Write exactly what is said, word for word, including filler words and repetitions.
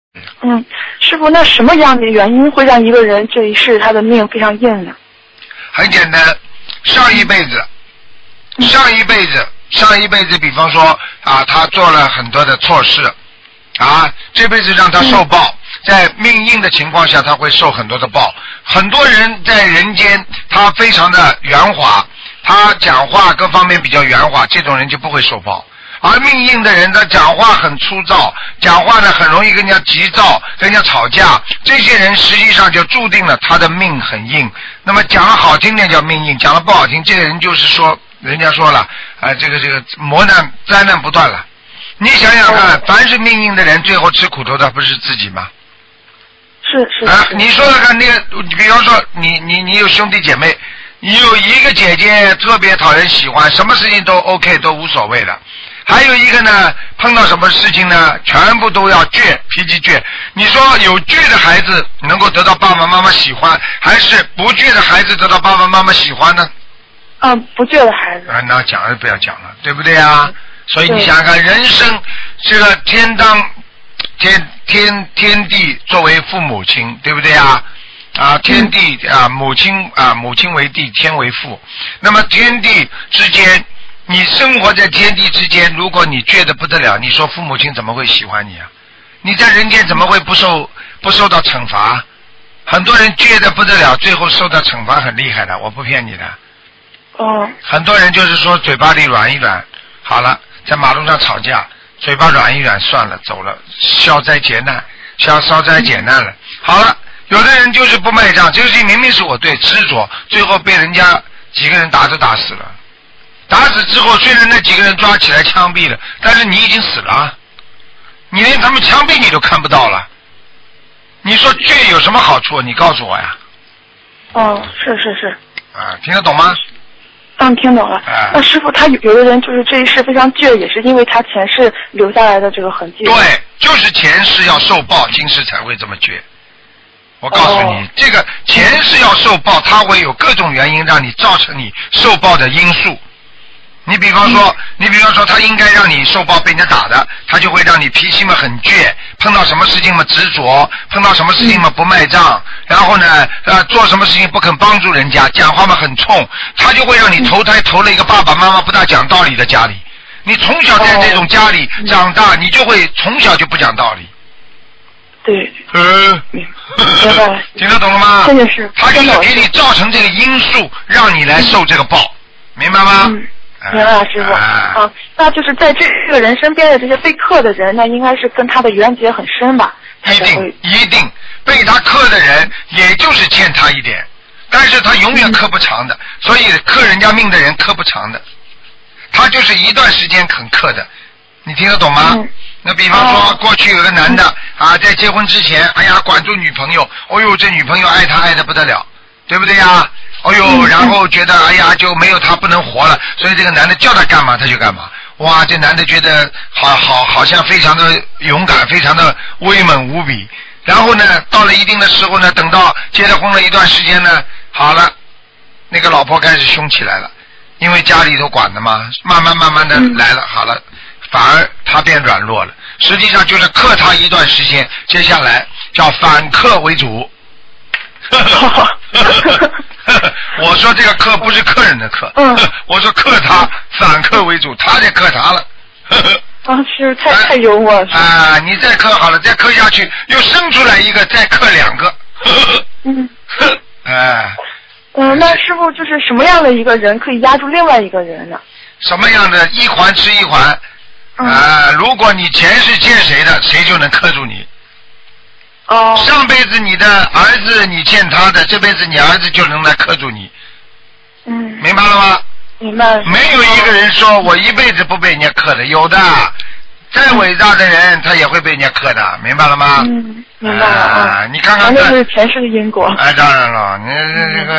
嗯，师傅，那什么样的原因会让一个人这一世他的命非常硬呢？ 很简单，上一辈子，上一辈子，上一辈子，比方说啊，他做了很多的错事，啊，这辈子让他受报，在命硬的情况下，他会受很多的报。很多人在人间，他非常的圆滑，他讲话各方面比较圆滑，这种人就不会受报。而命硬的人，他讲话很粗糙，讲话呢很容易跟人家急躁，跟人家吵架。这些人实际上就注定了他的命很硬。那么讲了好听点叫命硬，讲了不好听，这个人就是说，人家说了，啊、呃，这个这个磨难灾难不断了。你想想看，凡是命硬的人，最后吃苦头的不是自己吗？ 是是。 啊，你说说看，那个，比方说你你你有兄弟姐妹，你有一个姐姐特别讨人喜欢，什么事情都 OK 都无所谓的。还有一个呢，碰到什么事情呢，全部都要倔，脾气倔。你说有倔的孩子能够得到爸爸妈妈喜欢，还是不倔的孩子得到爸爸妈妈喜欢呢？ 嗯，不倔的孩子。 啊，那讲就不要讲了，对不对啊？所以你想想看，人生这个天当天天天地作为父母亲，对不对啊？啊，天地啊，母亲啊，母亲为地，天为父。那么天地之间。你生活在天地之间，如果你倔得不得了，你说父母亲怎么会喜欢你啊？你在人间怎么会不受不受到惩罚？很多人倔得不得了，最后受到惩罚很厉害的，我不骗你的。 哦。 很多人就是说嘴巴里软一软，好了，在马路上吵架，嘴巴软一软，算了，走了，消灾解难，消消灾解难了。好了，有的人就是不卖账，这个事情明明是我对，执着，最后被人家几个人打都打死了。打死之后，虽然那几个人抓起来枪毙了，但是你已经死了，你连他们枪毙你都看不到了。你说倔有什么好处？你告诉我呀。 哦，是是是。 啊，听得懂吗？ 嗯，听懂了。 啊、 那师傅，他有的人就是这一世非常倔，也是因为他前世留下来的这个痕迹。 对，就是前世要受报，今世才会这么倔。我告诉你， 哦、 这个前世要受报，它会有各种原因让你造成你受报的因素。你比方说，你比方说，他应该让你受报被人家打的，他就会让你脾气嘛很倔，碰到什么事情嘛执着，碰到什么事情嘛不卖账，然后呢，呃，做什么事情不肯帮助人家，讲话嘛很冲，他就会让你投胎投了一个爸爸妈妈不大讲道理的家里。你从小在这种家里长大，你就会从小就不讲道理。 对。 嗯。 明白了。 听得懂了吗？ 这件事。 他就是给你造成这个因素，让你来受这个报，明白吗？ 嗯。明白了，师傅。啊，啊那就是在这个人身边的这些被克的人，那应该是跟他的缘结很深吧？ 一定一定，被他克的人，也就是欠他一点，但是他永远克不长的，嗯、所以克人家命的人克不长的，他就是一段时间肯克的，你听得懂吗？嗯、那比方说，过去有个男的啊，在结婚之前，哎呀，管住女朋友，哦呦，这女朋友爱他爱得不得了，对不对呀？哎呦，然后觉得哎呀就没有他不能活了，所以这个男的叫他干嘛他就干嘛。哇，这男的觉得好好好像非常的勇敢，非常的威猛无比。然后呢，到了一定的时候呢，等到结了婚了一段时间呢，好了，那个老婆开始凶起来了，因为家里头管的嘛，慢慢慢慢的来了，好了，反而他变软弱了。实际上就是克他一段时间，接下来叫反克为主。我说这个克不是客人的克，嗯，我说克他反克为主，他得克他了。 啊，是太太幽默了。 啊，你再克好了，再克下去，又生出来一个，再克两个。 嗯。 哎。 嗯，那师傅就是什么样的一个人可以压住另外一个人呢？ 什么样的一环吃一环？ 嗯、 啊，如果你前世欠谁的，谁就能克住你。 哦。 上辈子你的儿子你欠他的，这辈子你儿子就能来克住你。 嗯。 明白了吗？ 明白了。 没有一个人说我一辈子不被人家克的，有的。再伟大的人，他也会被人家克的，明白了吗？ 嗯，明白了啊。 你看看， 那是前世的因果。 哎，当然了，你这个。